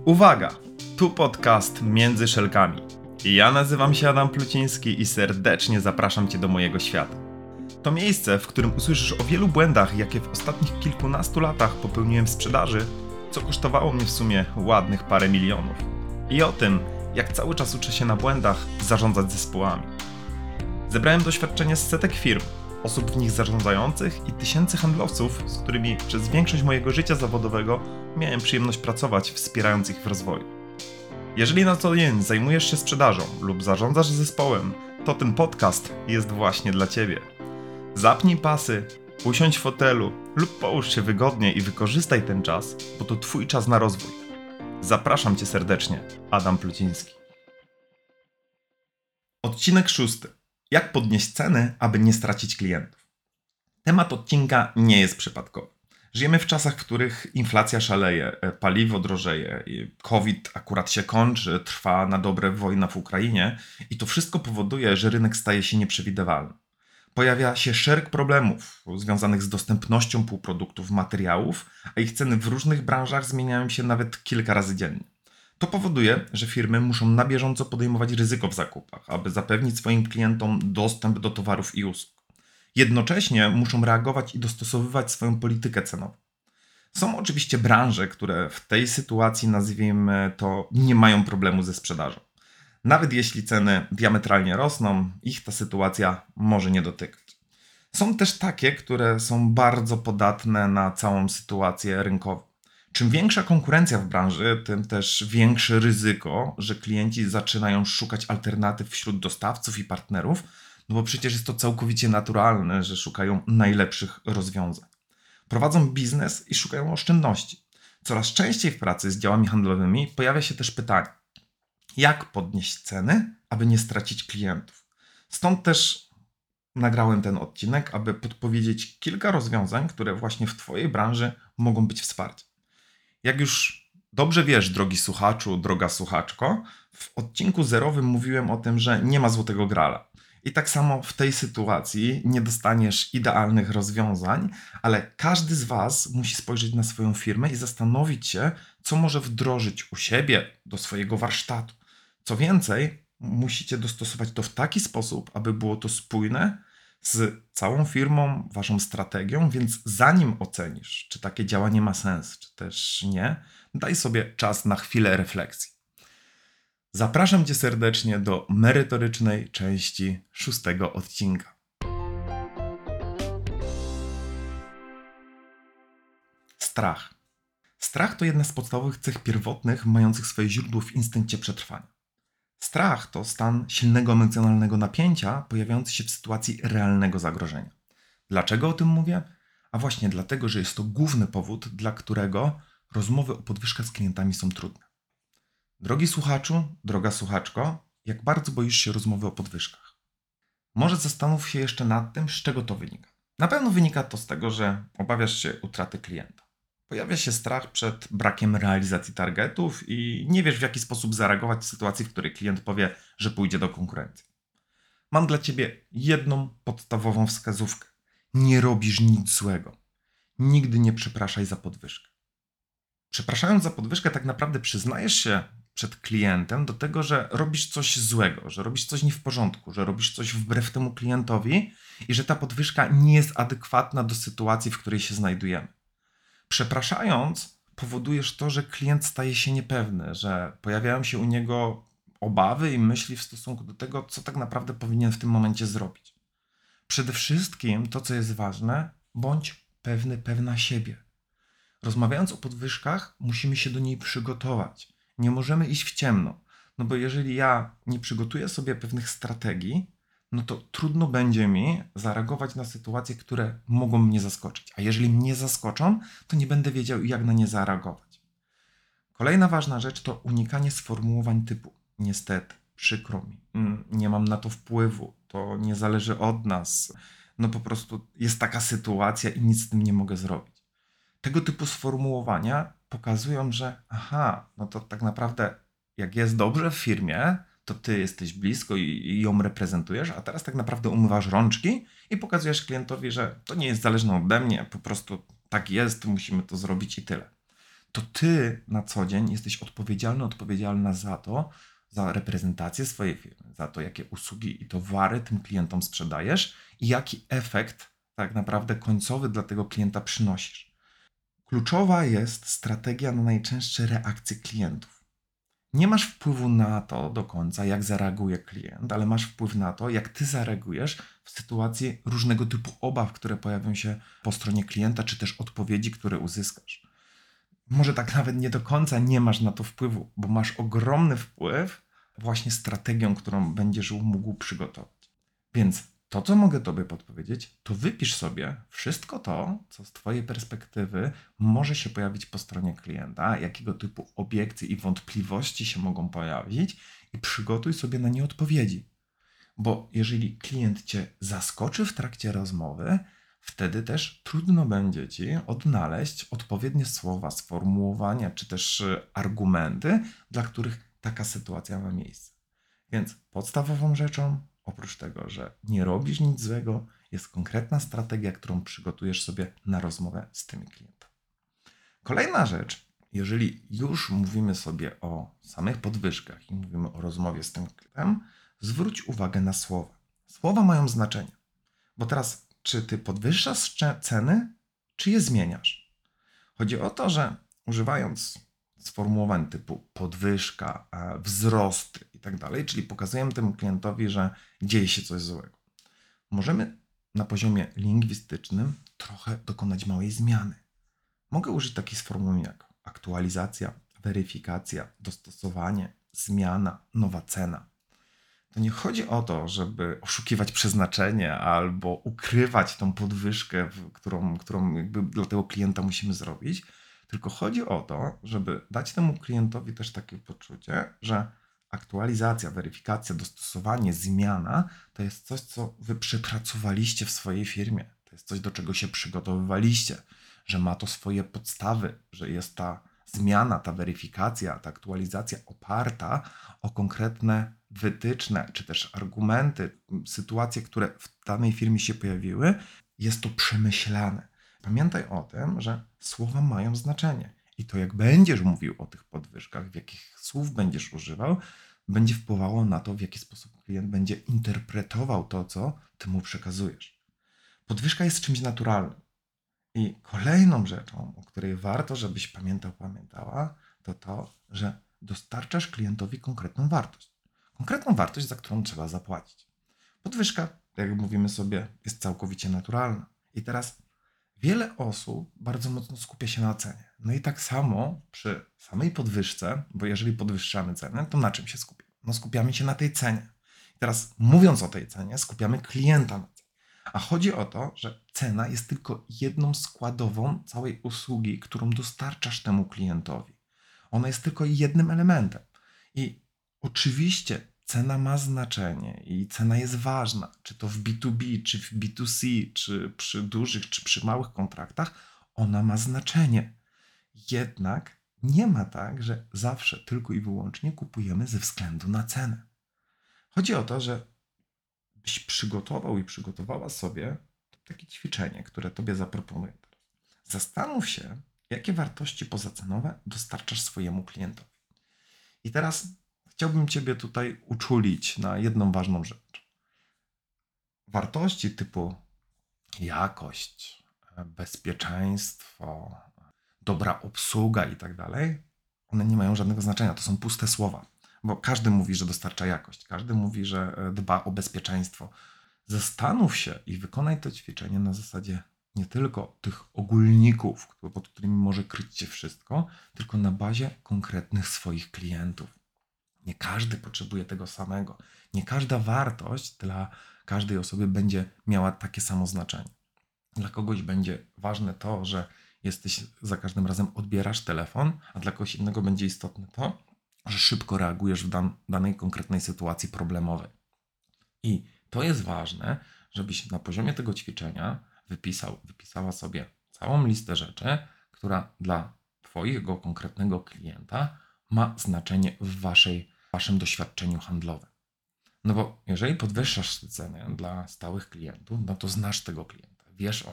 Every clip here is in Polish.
Uwaga! Tu podcast Między Szelkami. Ja nazywam się Adam Pluciński i serdecznie zapraszam Cię do mojego świata. To miejsce, w którym usłyszysz o wielu błędach, jakie w ostatnich kilkunastu latach popełniłem w sprzedaży, co kosztowało mnie w sumie ładnych parę milionów. I o tym, jak cały czas uczę się na błędach zarządzać zespołami. Zebrałem doświadczenie z setek firm, osób w nich zarządzających i tysięcy handlowców, z którymi przez większość mojego życia zawodowego miałem przyjemność pracować, wspierając ich w rozwoju. Jeżeli na co dzień zajmujesz się sprzedażą lub zarządzasz zespołem, to ten podcast jest właśnie dla Ciebie. Zapnij pasy, usiądź w fotelu lub połóż się wygodnie i wykorzystaj ten czas, bo to Twój czas na rozwój. Zapraszam Cię serdecznie, Adam Pluciński. Odcinek 6. Jak podnieść ceny, aby nie stracić klientów? Temat odcinka nie jest przypadkowy. Żyjemy w czasach, w których inflacja szaleje, paliwo drożeje, COVID akurat się kończy, trwa na dobre wojna w Ukrainie i to wszystko powoduje, że rynek staje się nieprzewidywalny. Pojawia się szereg problemów związanych z dostępnością półproduktów, materiałów, a ich ceny w różnych branżach zmieniają się nawet kilka razy dziennie. To powoduje, że firmy muszą na bieżąco podejmować ryzyko w zakupach, aby zapewnić swoim klientom dostęp do towarów i usług. Jednocześnie muszą reagować i dostosowywać swoją politykę cenową. Są oczywiście branże, które w tej sytuacji, nazwijmy to, nie mają problemu ze sprzedażą. Nawet jeśli ceny diametralnie rosną, ich ta sytuacja może nie dotykać. Są też takie, które są bardzo podatne na całą sytuację rynkową. Czym większa konkurencja w branży, tym też większe ryzyko, że klienci zaczynają szukać alternatyw wśród dostawców i partnerów, no bo przecież jest to całkowicie naturalne, że szukają najlepszych rozwiązań. Prowadzą biznes i szukają oszczędności. Coraz częściej w pracy z działami handlowymi pojawia się też pytanie, jak podnieść ceny, aby nie stracić klientów? Stąd też nagrałem ten odcinek, aby podpowiedzieć kilka rozwiązań, które właśnie w Twojej branży mogą być wsparciem. Jak już dobrze wiesz, drogi słuchaczu, droga słuchaczko, w odcinku 0 mówiłem o tym, że nie ma złotego grala. I tak samo w tej sytuacji nie dostaniesz idealnych rozwiązań, ale każdy z Was musi spojrzeć na swoją firmę i zastanowić się, co może wdrożyć u siebie, do swojego warsztatu. Co więcej, musicie dostosować to w taki sposób, aby było to spójne z całą firmą, Waszą strategią, więc zanim ocenisz, czy takie działanie ma sens, czy też nie, daj sobie czas na chwilę refleksji. Zapraszam Cię serdecznie do merytorycznej części 6 odcinka. Strach. Strach to jedna z podstawowych cech pierwotnych, mających swoje źródło w instynkcie przetrwania. Strach to stan silnego emocjonalnego napięcia pojawiający się w sytuacji realnego zagrożenia. Dlaczego o tym mówię? A właśnie dlatego, że jest to główny powód, dla którego rozmowy o podwyżkach z klientami są trudne. Drogi słuchaczu, droga słuchaczko, jak bardzo boisz się rozmowy o podwyżkach? Może zastanów się jeszcze nad tym, z czego to wynika. Na pewno wynika to z tego, że obawiasz się utraty klienta. Pojawia się strach przed brakiem realizacji targetów i nie wiesz, w jaki sposób zareagować w sytuacji, w której klient powie, że pójdzie do konkurencji. Mam dla Ciebie jedną podstawową wskazówkę. Nie robisz nic złego. Nigdy nie przepraszaj za podwyżkę. Przepraszając za podwyżkę, tak naprawdę przyznajesz się przed klientem do tego, że robisz coś złego, że robisz coś nie w porządku, że robisz coś wbrew temu klientowi i że ta podwyżka nie jest adekwatna do sytuacji, w której się znajdujemy. Przepraszając, powodujesz to, że klient staje się niepewny, że pojawiają się u niego obawy i myśli w stosunku do tego, co tak naprawdę powinien w tym momencie zrobić. Przede wszystkim to, co jest ważne, bądź pewny, pewna siebie. Rozmawiając o podwyżkach, musimy się do niej przygotować. Nie możemy iść w ciemno, no bo jeżeli ja nie przygotuję sobie pewnych strategii, no to trudno będzie mi zareagować na sytuacje, które mogą mnie zaskoczyć. A jeżeli mnie zaskoczą, to nie będę wiedział, jak na nie zareagować. Kolejna ważna rzecz to unikanie sformułowań typu niestety, przykro mi, nie mam na to wpływu, to nie zależy od nas, no po prostu jest taka sytuacja i nic z tym nie mogę zrobić. Tego typu sformułowania pokazują, że no to tak naprawdę jak jest dobrze w firmie, to ty jesteś blisko i ją reprezentujesz, a teraz tak naprawdę umywasz rączki i pokazujesz klientowi, że to nie jest zależne ode mnie, po prostu tak jest, musimy to zrobić i tyle. to ty na co dzień jesteś odpowiedzialna za to, za reprezentację swojej firmy, za to, jakie usługi i towary tym klientom sprzedajesz i jaki efekt tak naprawdę końcowy dla tego klienta przynosisz. Kluczowa jest strategia na najczęstsze reakcje klientów. Nie masz wpływu na to do końca, jak zareaguje klient, ale masz wpływ na to, jak ty zareagujesz w sytuacji różnego typu obaw, które pojawią się po stronie klienta, czy też odpowiedzi, które uzyskasz. Może tak nawet nie do końca nie masz na to wpływu, bo masz ogromny wpływ właśnie strategią, którą będziesz mógł przygotować. Więc to, co mogę tobie podpowiedzieć, to wypisz sobie wszystko to, co z twojej perspektywy może się pojawić po stronie klienta, jakiego typu obiekcje i wątpliwości się mogą pojawić i przygotuj sobie na nie odpowiedzi. Bo jeżeli klient cię zaskoczy w trakcie rozmowy, wtedy też trudno będzie ci odnaleźć odpowiednie słowa, sformułowania czy też argumenty, dla których taka sytuacja ma miejsce. Więc podstawową rzeczą, oprócz tego, że nie robisz nic złego, jest konkretna strategia, którą przygotujesz sobie na rozmowę z tymi klientami. Kolejna rzecz, jeżeli już mówimy sobie o samych podwyżkach i mówimy o rozmowie z tym klientem, zwróć uwagę na słowa. Słowa mają znaczenie, bo teraz czy ty podwyższasz ceny, czy je zmieniasz? Chodzi o to, że używając sformułowań typu podwyżka, wzrosty i tak dalej, czyli pokazujemy temu klientowi, że dzieje się coś złego, możemy na poziomie lingwistycznym trochę dokonać małej zmiany. Mogę użyć takich sformułowań jak aktualizacja, weryfikacja, dostosowanie, zmiana, nowa cena. To nie chodzi o to, żeby oszukiwać przeznaczenie albo ukrywać tą podwyżkę, którą jakby dla tego klienta musimy zrobić, tylko chodzi o to, żeby dać temu klientowi też takie poczucie, że aktualizacja, weryfikacja, dostosowanie, zmiana to jest coś, co wy przepracowaliście w swojej firmie. To jest coś, do czego się przygotowywaliście, że ma to swoje podstawy, że jest ta zmiana, ta weryfikacja, ta aktualizacja oparta o konkretne wytyczne, czy też argumenty, sytuacje, które w danej firmie się pojawiły, jest to przemyślane. Pamiętaj o tym, że słowa mają znaczenie i to, jak będziesz mówił o tych podwyżkach, w jakich słów będziesz używał, będzie wpływało na to, w jaki sposób klient będzie interpretował to, co ty mu przekazujesz. Podwyżka jest czymś naturalnym. I kolejną rzeczą, o której warto, żebyś pamiętała, to to, że dostarczasz klientowi konkretną wartość. Konkretną wartość, za którą trzeba zapłacić. Podwyżka, jak mówimy sobie, jest całkowicie naturalna. I teraz wiele osób bardzo mocno skupia się na cenie. No i tak samo przy samej podwyżce, bo jeżeli podwyższamy cenę, to na czym się skupiamy? No skupiamy się na tej cenie. I teraz mówiąc o tej cenie, skupiamy klienta na cenie. A chodzi o to, że cena jest tylko jedną składową całej usługi, którą dostarczasz temu klientowi. Ona jest tylko jednym elementem. I oczywiście cena ma znaczenie i cena jest ważna, czy to w B2B, czy w B2C, czy przy dużych, czy przy małych kontraktach, ona ma znaczenie. Jednak nie ma tak, że zawsze tylko i wyłącznie kupujemy ze względu na cenę. Chodzi o to, że byś przygotował i przygotowała sobie takie ćwiczenie, które tobie zaproponuję teraz. Zastanów się, jakie wartości pozacenowe dostarczasz swojemu klientowi. I teraz chciałbym ciebie tutaj uczulić na jedną ważną rzecz. Wartości typu jakość, bezpieczeństwo, dobra obsługa i tak dalej, one nie mają żadnego znaczenia. To są puste słowa, bo każdy mówi, że dostarcza jakość, każdy mówi, że dba o bezpieczeństwo. Zastanów się i wykonaj to ćwiczenie na zasadzie nie tylko tych ogólników, pod którymi może kryć się wszystko, tylko na bazie konkretnych swoich klientów. Nie każdy potrzebuje tego samego. Nie każda wartość dla każdej osoby będzie miała takie samo znaczenie. Dla kogoś będzie ważne to, że za każdym razem odbierasz telefon, a dla kogoś innego będzie istotne to, że szybko reagujesz w danej konkretnej sytuacji problemowej. I to jest ważne, żebyś na poziomie tego ćwiczenia wypisała sobie całą listę rzeczy, która dla twojego konkretnego klienta ma znaczenie w waszym doświadczeniu handlowym. No bo jeżeli podwyższasz cenę dla stałych klientów, no to znasz tego klienta, wiesz o nim,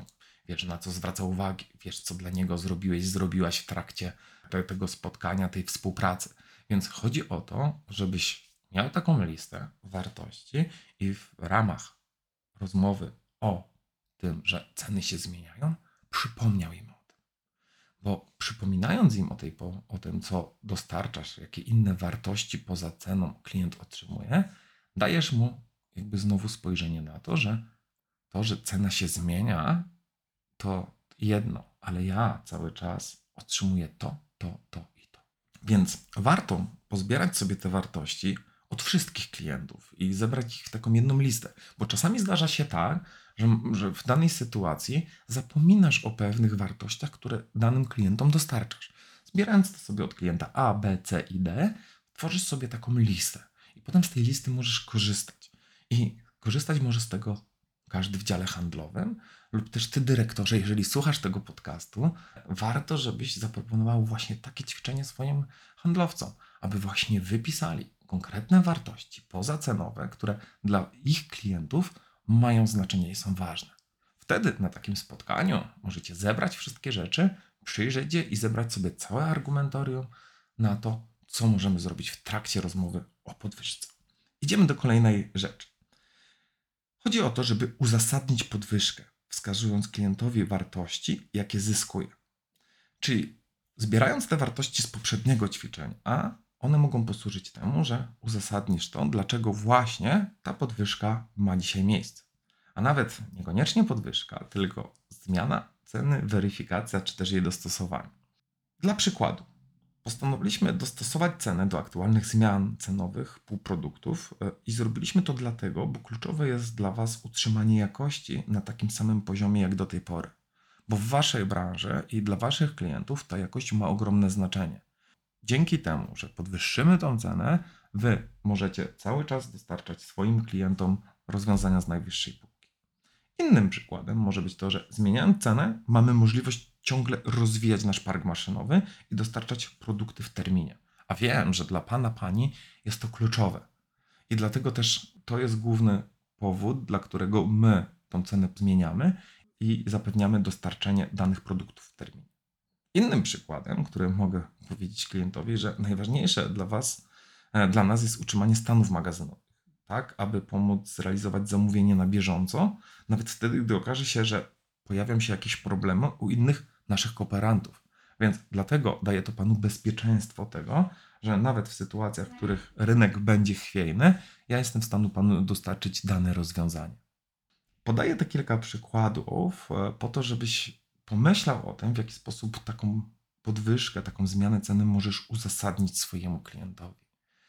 wiesz na co zwraca uwagę, wiesz co dla niego zrobiłaś w trakcie tego spotkania, tej współpracy. Więc chodzi o to, żebyś miał taką listę wartości i w ramach rozmowy o tym, że ceny się zmieniają, przypomniał im o tym. Bo przypominając im o tym, co dostarczasz, jakie inne wartości poza ceną klient otrzymuje, dajesz mu jakby znowu spojrzenie na to, że cena się zmienia, to jedno, ale ja cały czas otrzymuję to i to. Więc warto pozbierać sobie te wartości od wszystkich klientów i zebrać ich w taką jedną listę. Bo czasami zdarza się tak, że w danej sytuacji zapominasz o pewnych wartościach, które danym klientom dostarczasz. Zbierając to sobie od klienta A, B, C i D, tworzysz sobie taką listę. I potem z tej listy możesz korzystać. I korzystać może z tego każdy w dziale handlowym lub też ty, dyrektorze, jeżeli słuchasz tego podcastu, warto, żebyś zaproponował właśnie takie ćwiczenie swoim handlowcom, aby właśnie wypisali konkretne wartości pozacenowe, które dla ich klientów mają znaczenie i są ważne. Wtedy na takim spotkaniu możecie zebrać wszystkie rzeczy, przyjrzeć je i zebrać sobie całe argumentorium na to, co możemy zrobić w trakcie rozmowy o podwyżce. Idziemy do kolejnej rzeczy. Chodzi o to, żeby uzasadnić podwyżkę, wskazując klientowi wartości, jakie zyskuje. Czyli zbierając te wartości z poprzedniego ćwiczenia, one mogą posłużyć temu, że uzasadnisz to, dlaczego właśnie ta podwyżka ma dzisiaj miejsce. A nawet niekoniecznie podwyżka, tylko zmiana ceny, weryfikacja czy też jej dostosowanie. Dla przykładu, postanowiliśmy dostosować cenę do aktualnych zmian cenowych półproduktów i zrobiliśmy to dlatego, bo kluczowe jest dla Was utrzymanie jakości na takim samym poziomie jak do tej pory. Bo w Waszej branży i dla Waszych klientów ta jakość ma ogromne znaczenie. Dzięki temu, że podwyższymy tą cenę, Wy możecie cały czas dostarczać swoim klientom rozwiązania z najwyższej półki. Innym przykładem może być to, że zmieniając cenę, mamy możliwość ciągle rozwijać nasz park maszynowy i dostarczać produkty w terminie. A wiem, że dla Pana, Pani jest to kluczowe. I dlatego też to jest główny powód, dla którego my tą cenę zmieniamy i zapewniamy dostarczenie danych produktów w terminie. Innym przykładem, który mogę powiedzieć klientowi, że najważniejsze dla nas jest utrzymanie stanów magazynowych, tak, aby pomóc zrealizować zamówienie na bieżąco, nawet wtedy, gdy okaże się, że pojawią się jakieś problemy u innych naszych kooperantów. Więc dlatego daje to Panu bezpieczeństwo tego, że nawet w sytuacjach, w których rynek będzie chwiejny, ja jestem w stanie Panu dostarczyć dane rozwiązanie. Podaję te kilka przykładów po to, żebyś pomyślał o tym, w jaki sposób taką podwyżkę, taką zmianę ceny możesz uzasadnić swojemu klientowi.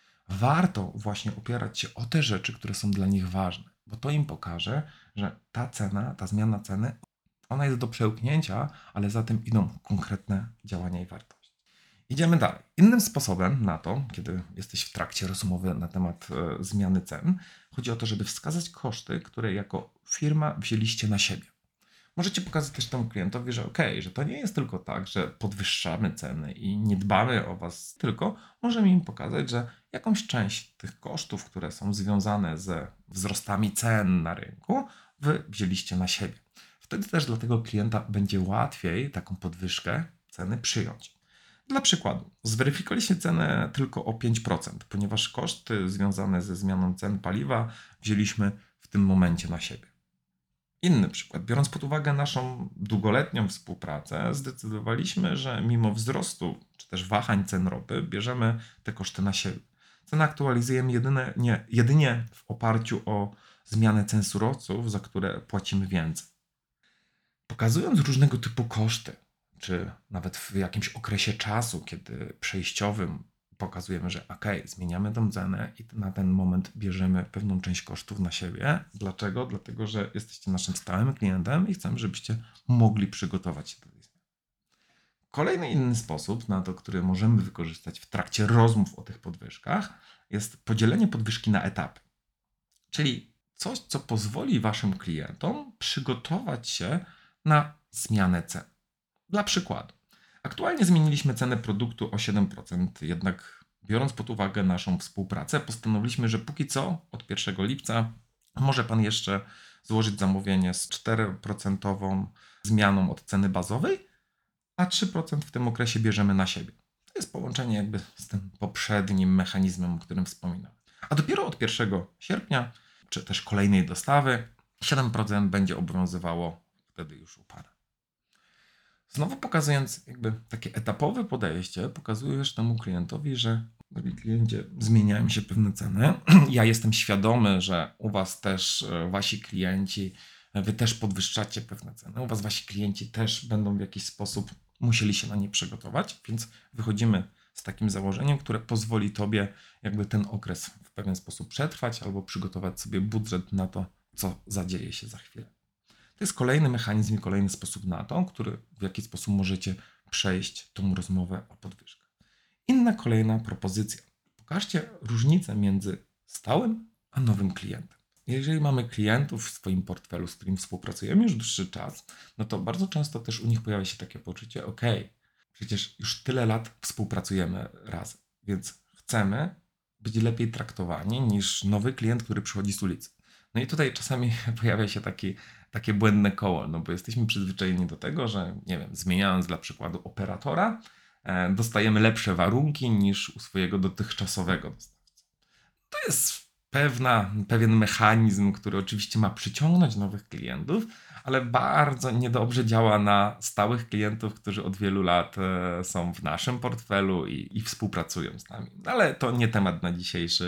Warto właśnie opierać się o te rzeczy, które są dla nich ważne, bo to im pokaże, że ta cena, ta zmiana ceny, ona jest do przełknięcia, ale za tym idą konkretne działania i wartości. Idziemy dalej. Innym sposobem na to, kiedy jesteś w trakcie rozmowy na temat zmiany cen, chodzi o to, żeby wskazać koszty, które jako firma wzięliście na siebie. Możecie pokazać też temu klientowi, że że to nie jest tylko tak, że podwyższamy ceny i nie dbamy o Was, tylko możemy im pokazać, że jakąś część tych kosztów, które są związane ze wzrostami cen na rynku, Wy wzięliście na siebie. Wtedy też dla tego klienta będzie łatwiej taką podwyżkę ceny przyjąć. Dla przykładu, zweryfikowaliśmy cenę tylko o 5%, ponieważ koszty związane ze zmianą cen paliwa wzięliśmy w tym momencie na siebie. Inny przykład. Biorąc pod uwagę naszą długoletnią współpracę, zdecydowaliśmy, że mimo wzrostu czy też wahań cen ropy, bierzemy te koszty na siebie. Cenę aktualizujemy jedynie w oparciu o zmianę cen surowców, za które płacimy więcej. Pokazując różnego typu koszty, czy nawet w jakimś okresie czasu, kiedy przejściowym pokazujemy, że zmieniamy tą cenę i na ten moment bierzemy pewną część kosztów na siebie. Dlaczego? Dlatego, że jesteście naszym stałym klientem i chcemy, żebyście mogli przygotować się do tej zmiany. Kolejny inny sposób na to, który możemy wykorzystać w trakcie rozmów o tych podwyżkach, jest podzielenie podwyżki na etapy. Czyli coś, co pozwoli Waszym klientom przygotować się na zmianę cen. Dla przykładu, aktualnie zmieniliśmy cenę produktu o 7%, jednak biorąc pod uwagę naszą współpracę, postanowiliśmy, że póki co od 1 lipca może Pan jeszcze złożyć zamówienie z 4% zmianą od ceny bazowej, a 3% w tym okresie bierzemy na siebie. To jest połączenie jakby z tym poprzednim mechanizmem, o którym wspominałem. A dopiero od 1 sierpnia, czy też kolejnej dostawy, 7% będzie obowiązywało wtedy już u pana. Znowu pokazując jakby takie etapowe podejście, pokazujesz temu klientowi, że drogi kliencie, zmieniają się pewne ceny. Ja jestem świadomy, że u was też wasi klienci, wy też podwyższacie pewne ceny. U was wasi klienci też będą w jakiś sposób musieli się na nie przygotować, więc wychodzimy z takim założeniem, które pozwoli tobie jakby ten okres w pewien sposób przetrwać albo przygotować sobie budżet na to, co zadzieje się za chwilę. To jest kolejny mechanizm i kolejny sposób na to, który w jaki sposób możecie przejść tą rozmowę o podwyżkę. Inna kolejna propozycja. Pokażcie różnicę między stałym a nowym klientem. Jeżeli mamy klientów w swoim portfelu, z którymi współpracujemy już dłuższy czas, no to bardzo często też u nich pojawia się takie poczucie, ok, przecież już tyle lat współpracujemy razem, więc chcemy być lepiej traktowani niż nowy klient, który przychodzi z ulicy. No i tutaj czasami pojawia się takie błędne koło, no bo jesteśmy przyzwyczajeni do tego, że nie wiem, zmieniając dla przykładu operatora, dostajemy lepsze warunki niż u swojego dotychczasowego dostawcy. To jest pewien mechanizm, który oczywiście ma przyciągnąć nowych klientów, ale bardzo niedobrze działa na stałych klientów, którzy od wielu lat są w naszym portfelu i współpracują z nami. Ale to nie temat na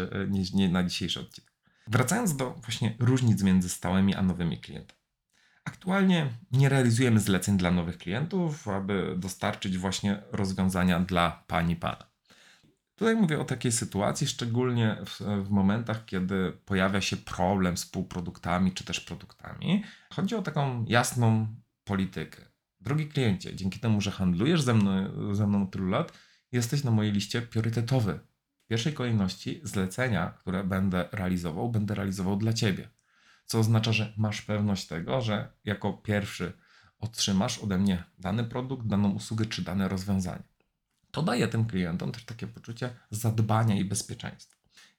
dzisiejszy odcinek. Wracając do właśnie różnic między stałymi a nowymi klientami. Aktualnie nie realizujemy zleceń dla nowych klientów, aby dostarczyć właśnie rozwiązania dla pani, pana. Tutaj mówię o takiej sytuacji, szczególnie w momentach, kiedy pojawia się problem z półproduktami czy też produktami. Chodzi o taką jasną politykę. Drogi kliencie, dzięki temu, że handlujesz ze mną od tylu lat, jesteś na mojej liście priorytetowy. W pierwszej kolejności zlecenia, które będę realizował dla ciebie. Co oznacza, że masz pewność tego, że jako pierwszy otrzymasz ode mnie dany produkt, daną usługę czy dane rozwiązanie. To daje tym klientom też takie poczucie zadbania i bezpieczeństwa.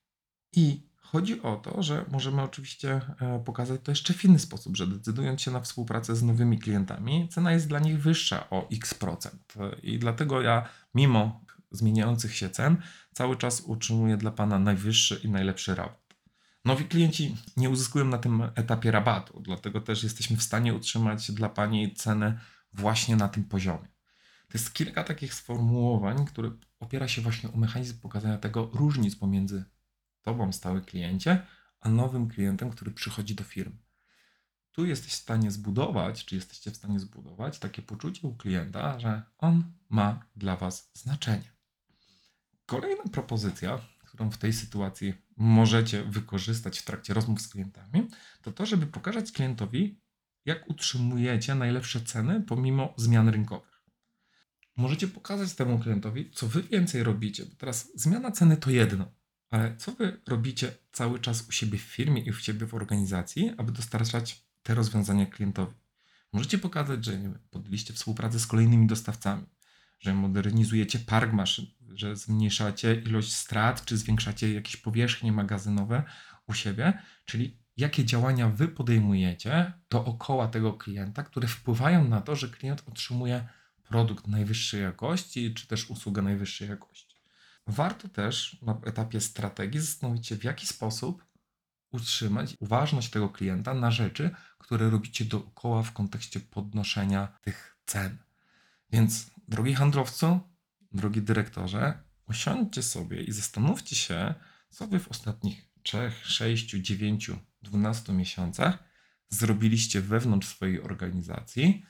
I chodzi o to, że możemy oczywiście pokazać to jeszcze w inny sposób, że decydując się na współpracę z nowymi klientami, cena jest dla nich wyższa o x%. I dlatego ja, mimo zmieniających się cen, cały czas utrzymuję dla pana najwyższy i najlepszy rabat. Nowi klienci nie uzyskują na tym etapie rabatu, dlatego też jesteśmy w stanie utrzymać dla pani cenę właśnie na tym poziomie. To jest kilka takich sformułowań, które opiera się właśnie o mechanizm pokazania tego różnic pomiędzy tobą, stały kliencie, a nowym klientem, który przychodzi do firmy. Tu jesteś w stanie zbudować, czy jesteście w stanie zbudować takie poczucie u klienta, że on ma dla was znaczenie. Kolejna propozycja, którą w tej sytuacji możecie wykorzystać w trakcie rozmów z klientami, to to, żeby pokazać klientowi, jak utrzymujecie najlepsze ceny pomimo zmian rynkowych. Możecie pokazać temu klientowi, co wy więcej robicie, bo teraz zmiana ceny to jedno, ale co wy robicie cały czas u siebie w firmie i u siebie w organizacji, aby dostarczać te rozwiązania klientowi. Możecie pokazać, że podjęliście współpracę z kolejnymi dostawcami, że modernizujecie park maszyn, że zmniejszacie ilość strat, czy zwiększacie jakieś powierzchnie magazynowe u siebie, czyli jakie działania wy podejmujecie dookoła tego klienta, które wpływają na to, że klient otrzymuje produkt najwyższej jakości, czy też usługę najwyższej jakości. Warto też na etapie strategii zastanowić się, w jaki sposób utrzymać uważność tego klienta na rzeczy, które robicie dookoła w kontekście podnoszenia tych cen. Więc, drogi handlowcu, drogi dyrektorze, usiądźcie sobie i zastanówcie się, co wy w ostatnich 3, 6, 9, 12 miesiącach zrobiliście wewnątrz swojej organizacji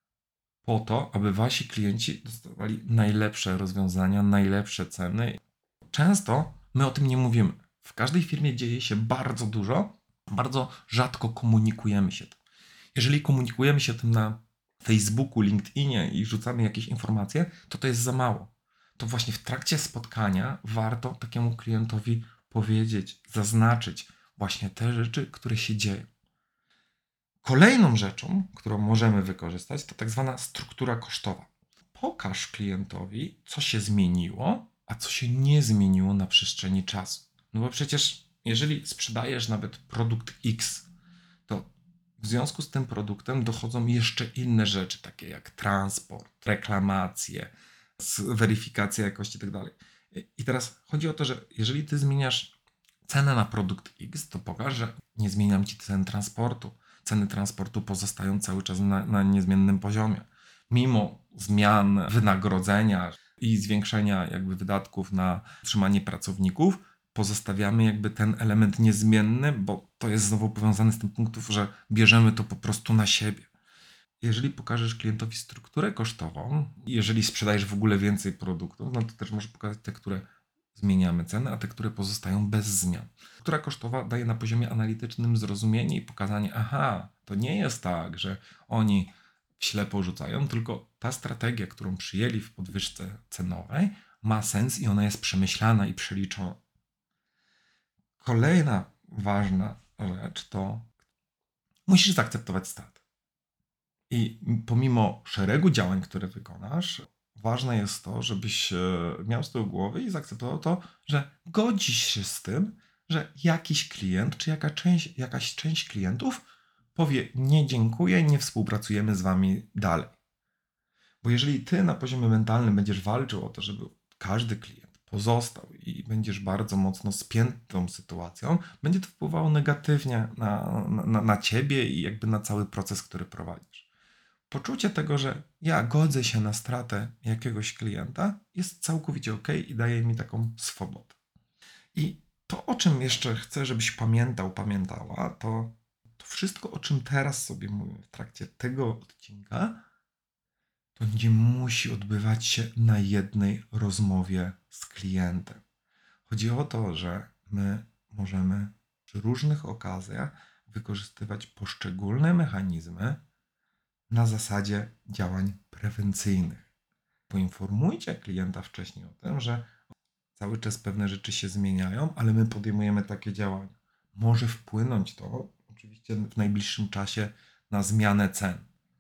po to, aby wasi klienci dostawali najlepsze rozwiązania, najlepsze ceny. Często my o tym nie mówimy. W każdej firmie dzieje się bardzo dużo, bardzo rzadko komunikujemy się tym. Jeżeli komunikujemy się tym na Facebooku, LinkedInie i rzucamy jakieś informacje, to jest za mało. To właśnie w trakcie spotkania warto takiemu klientowi powiedzieć, zaznaczyć właśnie te rzeczy, które się dzieją. Kolejną rzeczą, którą możemy wykorzystać, to tak zwana struktura kosztowa. Pokaż klientowi, co się zmieniło, a co się nie zmieniło na przestrzeni czasu. No bo przecież jeżeli sprzedajesz nawet produkt X, to W związku z tym produktem dochodzą jeszcze inne rzeczy, takie jak transport, reklamacje, weryfikacja jakości itd. I teraz chodzi o to, że jeżeli ty zmieniasz cenę na produkt X, to pokaż, że nie zmieniam ci cen transportu. Ceny transportu pozostają cały czas na niezmiennym poziomie. Mimo zmian wynagrodzenia i zwiększenia jakby wydatków na utrzymanie pracowników, pozostawiamy jakby ten element niezmienny, bo to jest znowu powiązane z tym punktów, że bierzemy to po prostu na siebie. Jeżeli pokażesz klientowi strukturę kosztową, jeżeli sprzedajesz w ogóle więcej produktów, no to też możesz pokazać te, które zmieniamy cenę, a te, które pozostają bez zmian. Struktura kosztowa daje na poziomie analitycznym zrozumienie i pokazanie, aha, to nie jest tak, że oni ślepo rzucają, tylko ta strategia, którą przyjęli w podwyżce cenowej, ma sens i ona jest przemyślana i przeliczona. Kolejna ważna rzecz to musisz zaakceptować stratę. I pomimo szeregu działań, które wykonasz, ważne jest to, żebyś miał z tyłu głowy i zaakceptował to, że godzisz się z tym, że jakiś klient czy jakaś część klientów powie nie dziękuję, nie współpracujemy z wami dalej. Bo jeżeli ty na poziomie mentalnym będziesz walczył o to, żeby każdy klient pozostał i będziesz bardzo mocno spięty tą sytuacją, będzie to wpływało negatywnie na ciebie i jakby na cały proces, który prowadzisz. Poczucie tego, że ja godzę się na stratę jakiegoś klienta, jest całkowicie ok i daje mi taką swobodę. I to, o czym jeszcze chcę, żebyś pamiętała, to wszystko, o czym teraz sobie mówię w trakcie tego odcinka, to nie musi odbywać się na jednej rozmowie z klientem. Chodzi o to, że my możemy przy różnych okazjach wykorzystywać poszczególne mechanizmy na zasadzie działań prewencyjnych. Poinformujcie klienta wcześniej o tym, że cały czas pewne rzeczy się zmieniają, ale my podejmujemy takie działania. Może wpłynąć to oczywiście w najbliższym czasie na zmianę cen.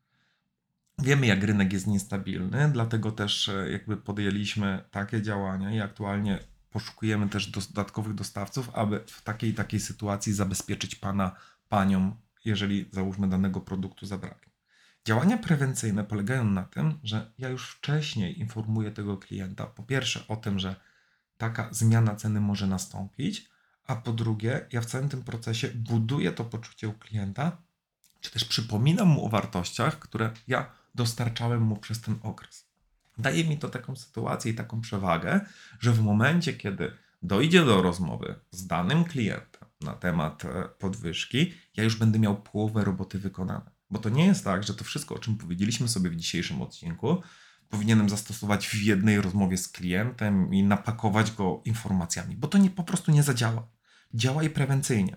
Wiemy, jak rynek jest niestabilny, dlatego też jakby podjęliśmy takie działania i aktualnie poszukujemy też dodatkowych dostawców, aby w takiej sytuacji zabezpieczyć panią, jeżeli załóżmy danego produktu zabraknie. Działania prewencyjne polegają na tym, że ja już wcześniej informuję tego klienta, po pierwsze o tym, że taka zmiana ceny może nastąpić, a po drugie, ja w całym tym procesie buduję to poczucie u klienta, czy też przypominam mu o wartościach, które ja dostarczałem mu przez ten okres. Daje mi to taką sytuację i taką przewagę, że w momencie, kiedy dojdzie do rozmowy z danym klientem na temat podwyżki, ja już będę miał połowę roboty wykonane. Bo to nie jest tak, że to wszystko, o czym powiedzieliśmy sobie w dzisiejszym odcinku, powinienem zastosować w jednej rozmowie z klientem i napakować go informacjami, bo to po prostu nie zadziała. Działaj prewencyjnie.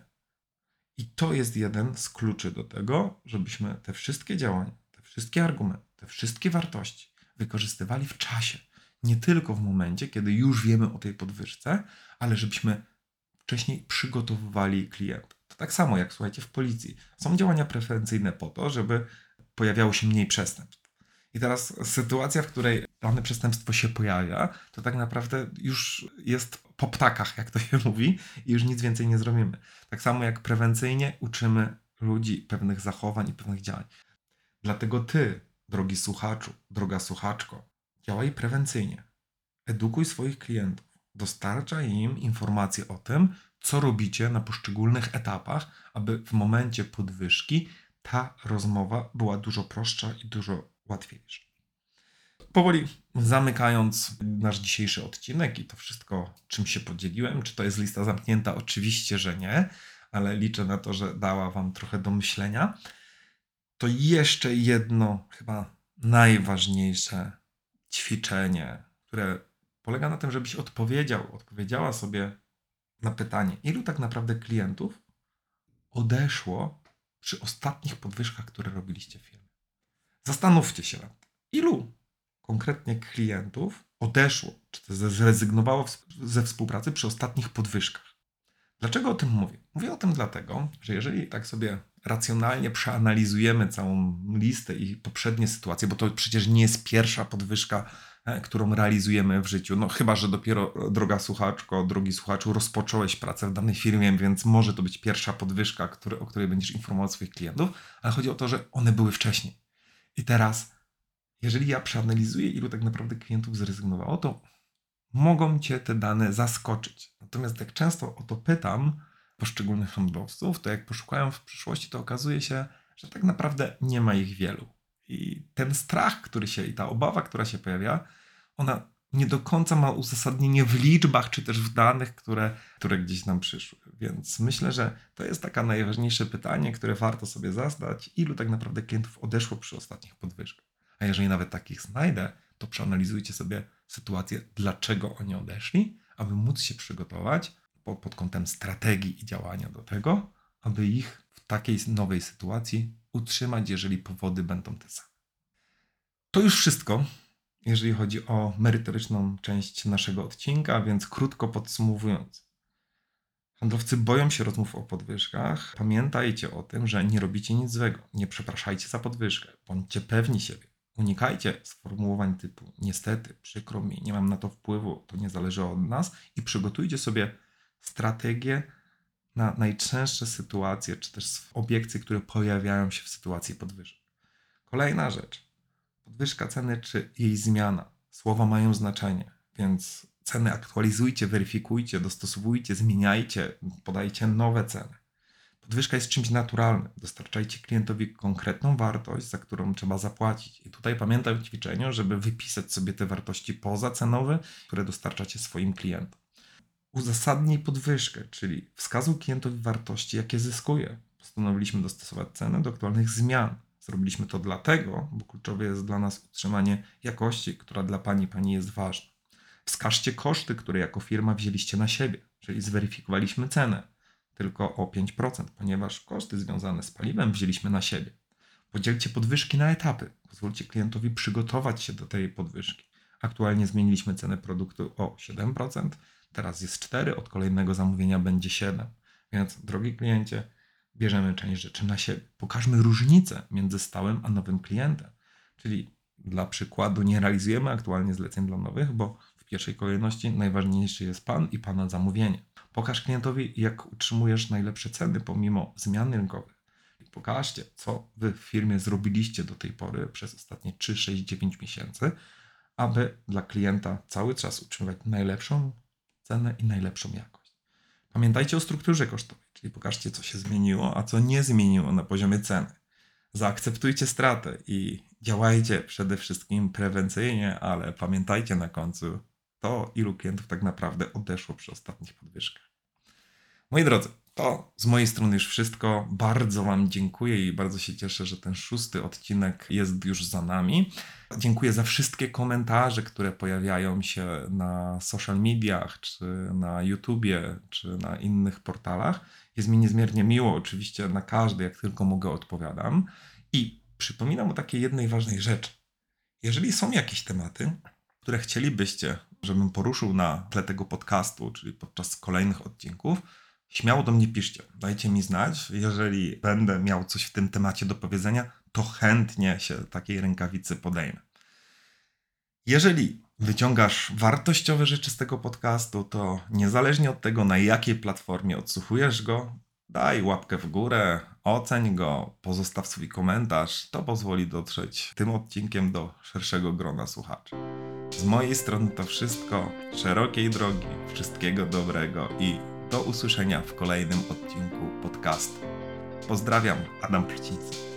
I to jest jeden z kluczy do tego, żebyśmy te wszystkie działania, te wszystkie argumenty, te wszystkie wartości wykorzystywali w czasie. Nie tylko w momencie, kiedy już wiemy o tej podwyżce, ale żebyśmy wcześniej przygotowywali klienta. To tak samo jak, słuchajcie, w policji. Są działania prewencyjne po to, żeby pojawiało się mniej przestępstw. I teraz sytuacja, w której dane przestępstwo się pojawia, to tak naprawdę już jest po ptakach, jak to się mówi, i już nic więcej nie zrobimy. Tak samo jak prewencyjnie uczymy ludzi pewnych zachowań i pewnych działań. Dlatego ty, drogi słuchaczu, droga słuchaczko, działaj prewencyjnie. Edukuj swoich klientów. Dostarczaj im informacje o tym, co robicie na poszczególnych etapach, aby w momencie podwyżki ta rozmowa była dużo prostsza i dużo łatwiejsza. Powoli zamykając nasz dzisiejszy odcinek i to wszystko, czym się podzieliłem, czy to jest lista zamknięta? Oczywiście, że nie, ale liczę na to, że dała wam trochę do myślenia. To jeszcze jedno, chyba najważniejsze ćwiczenie, które polega na tym, żebyś odpowiedziała sobie na pytanie, ilu tak naprawdę klientów odeszło przy ostatnich podwyżkach, które robiliście w firmie. Zastanówcie się nad tym, ilu konkretnie klientów odeszło, czy też zrezygnowało ze współpracy przy ostatnich podwyżkach. Dlaczego o tym mówię? Mówię o tym dlatego, że jeżeli tak sobie racjonalnie przeanalizujemy całą listę i poprzednie sytuacje, bo to przecież nie jest pierwsza podwyżka którą realizujemy w życiu. No chyba, że dopiero, droga słuchaczko, drogi słuchaczu, rozpocząłeś pracę w danej firmie, więc może to być pierwsza podwyżka, o której będziesz informował swoich klientów, ale chodzi o to, że one były wcześniej. I teraz, jeżeli ja przeanalizuję, ilu tak naprawdę klientów zrezygnowało, to mogą cię te dane zaskoczyć. Natomiast jak często o to pytam poszczególnych handlowców, to jak poszukają w przyszłości, to okazuje się, że tak naprawdę nie ma ich wielu. I ten strach, i ta obawa, która się pojawia, ona nie do końca ma uzasadnienie w liczbach, czy też w danych, które gdzieś nam przyszły. Więc myślę, że to jest takie najważniejsze pytanie, które warto sobie zadać, ilu tak naprawdę klientów odeszło przy ostatnich podwyżkach. A jeżeli nawet takich znajdę, to przeanalizujcie sobie sytuację, dlaczego oni odeszli, aby móc się przygotować pod kątem strategii i działania do tego, aby ich w takiej nowej sytuacji utrzymać, jeżeli powody będą te same. To już wszystko, jeżeli chodzi o merytoryczną część naszego odcinka, więc krótko podsumowując. Handlowcy boją się rozmów o podwyżkach. Pamiętajcie o tym, że nie robicie nic złego. Nie przepraszajcie za podwyżkę. Bądźcie pewni siebie. Unikajcie sformułowań typu niestety, przykro mi, nie mam na to wpływu, to nie zależy od nas i przygotujcie sobie strategię na najczęstsze sytuacje, czy też obiekcje, które pojawiają się w sytuacji podwyżek. Kolejna rzecz. Podwyżka ceny czy jej zmiana. Słowa mają znaczenie, więc ceny aktualizujcie, weryfikujcie, dostosowujcie, zmieniajcie, podajcie nowe ceny. Podwyżka jest czymś naturalnym. Dostarczajcie klientowi konkretną wartość, za którą trzeba zapłacić. I tutaj pamiętaj w ćwiczeniu, żeby wypisać sobie te wartości pozacenowe, które dostarczacie swoim klientom. Uzasadnij podwyżkę, czyli wskazuj klientowi wartości, jakie zyskuje. Postanowiliśmy dostosować cenę do aktualnych zmian. Zrobiliśmy to dlatego, bo kluczowe jest dla nas utrzymanie jakości, która dla pani jest ważna. Wskażcie koszty, które jako firma wzięliście na siebie, czyli zweryfikowaliśmy cenę tylko o 5%, ponieważ koszty związane z paliwem wzięliśmy na siebie. Podzielcie podwyżki na etapy. Pozwólcie klientowi przygotować się do tej podwyżki. Aktualnie zmieniliśmy cenę produktu o 7%, teraz jest 4%, od kolejnego zamówienia będzie 7%. Więc, drogi kliencie, bierzemy część rzeczy na siebie. Pokażmy różnicę między stałym a nowym klientem. Czyli dla przykładu nie realizujemy aktualnie zleceń dla nowych, bo w pierwszej kolejności najważniejszy jest Pan i Pana zamówienie. Pokaż klientowi, jak utrzymujesz najlepsze ceny pomimo zmian rynkowych. Pokażcie, co Wy w firmie zrobiliście do tej pory przez ostatnie 3, 6, 9 miesięcy, aby dla klienta cały czas utrzymywać najlepszą cenę i najlepszą jakość. Pamiętajcie o strukturze kosztowej, czyli pokażcie, co się zmieniło, a co nie zmieniło na poziomie ceny. Zaakceptujcie stratę i działajcie przede wszystkim prewencyjnie, ale pamiętajcie na końcu to, ilu klientów tak naprawdę odeszło przy ostatnich podwyżkach. Moi drodzy, to z mojej strony już wszystko. Bardzo Wam dziękuję i bardzo się cieszę, że ten 6. odcinek jest już za nami. Dziękuję za wszystkie komentarze, które pojawiają się na social mediach, czy na YouTubie, czy na innych portalach. Jest mi niezmiernie miło, oczywiście na każdy, jak tylko mogę, odpowiadam. I przypominam o takiej jednej ważnej rzeczy. Jeżeli są jakieś tematy, które chcielibyście, żebym poruszył na tle tego podcastu, czyli podczas kolejnych odcinków, śmiało do mnie piszcie. Dajcie mi znać. Jeżeli będę miał coś w tym temacie do powiedzenia, to chętnie się takiej rękawicy podejmę. Jeżeli wyciągasz wartościowe rzeczy z tego podcastu, to niezależnie od tego, na jakiej platformie odsłuchujesz go, daj łapkę w górę, oceń go, pozostaw swój komentarz. To pozwoli dotrzeć tym odcinkiem do szerszego grona słuchaczy. Z mojej strony to wszystko. Szerokiej drogi, wszystkiego dobrego i do usłyszenia w kolejnym odcinku podcastu. Pozdrawiam, Adam Płciński.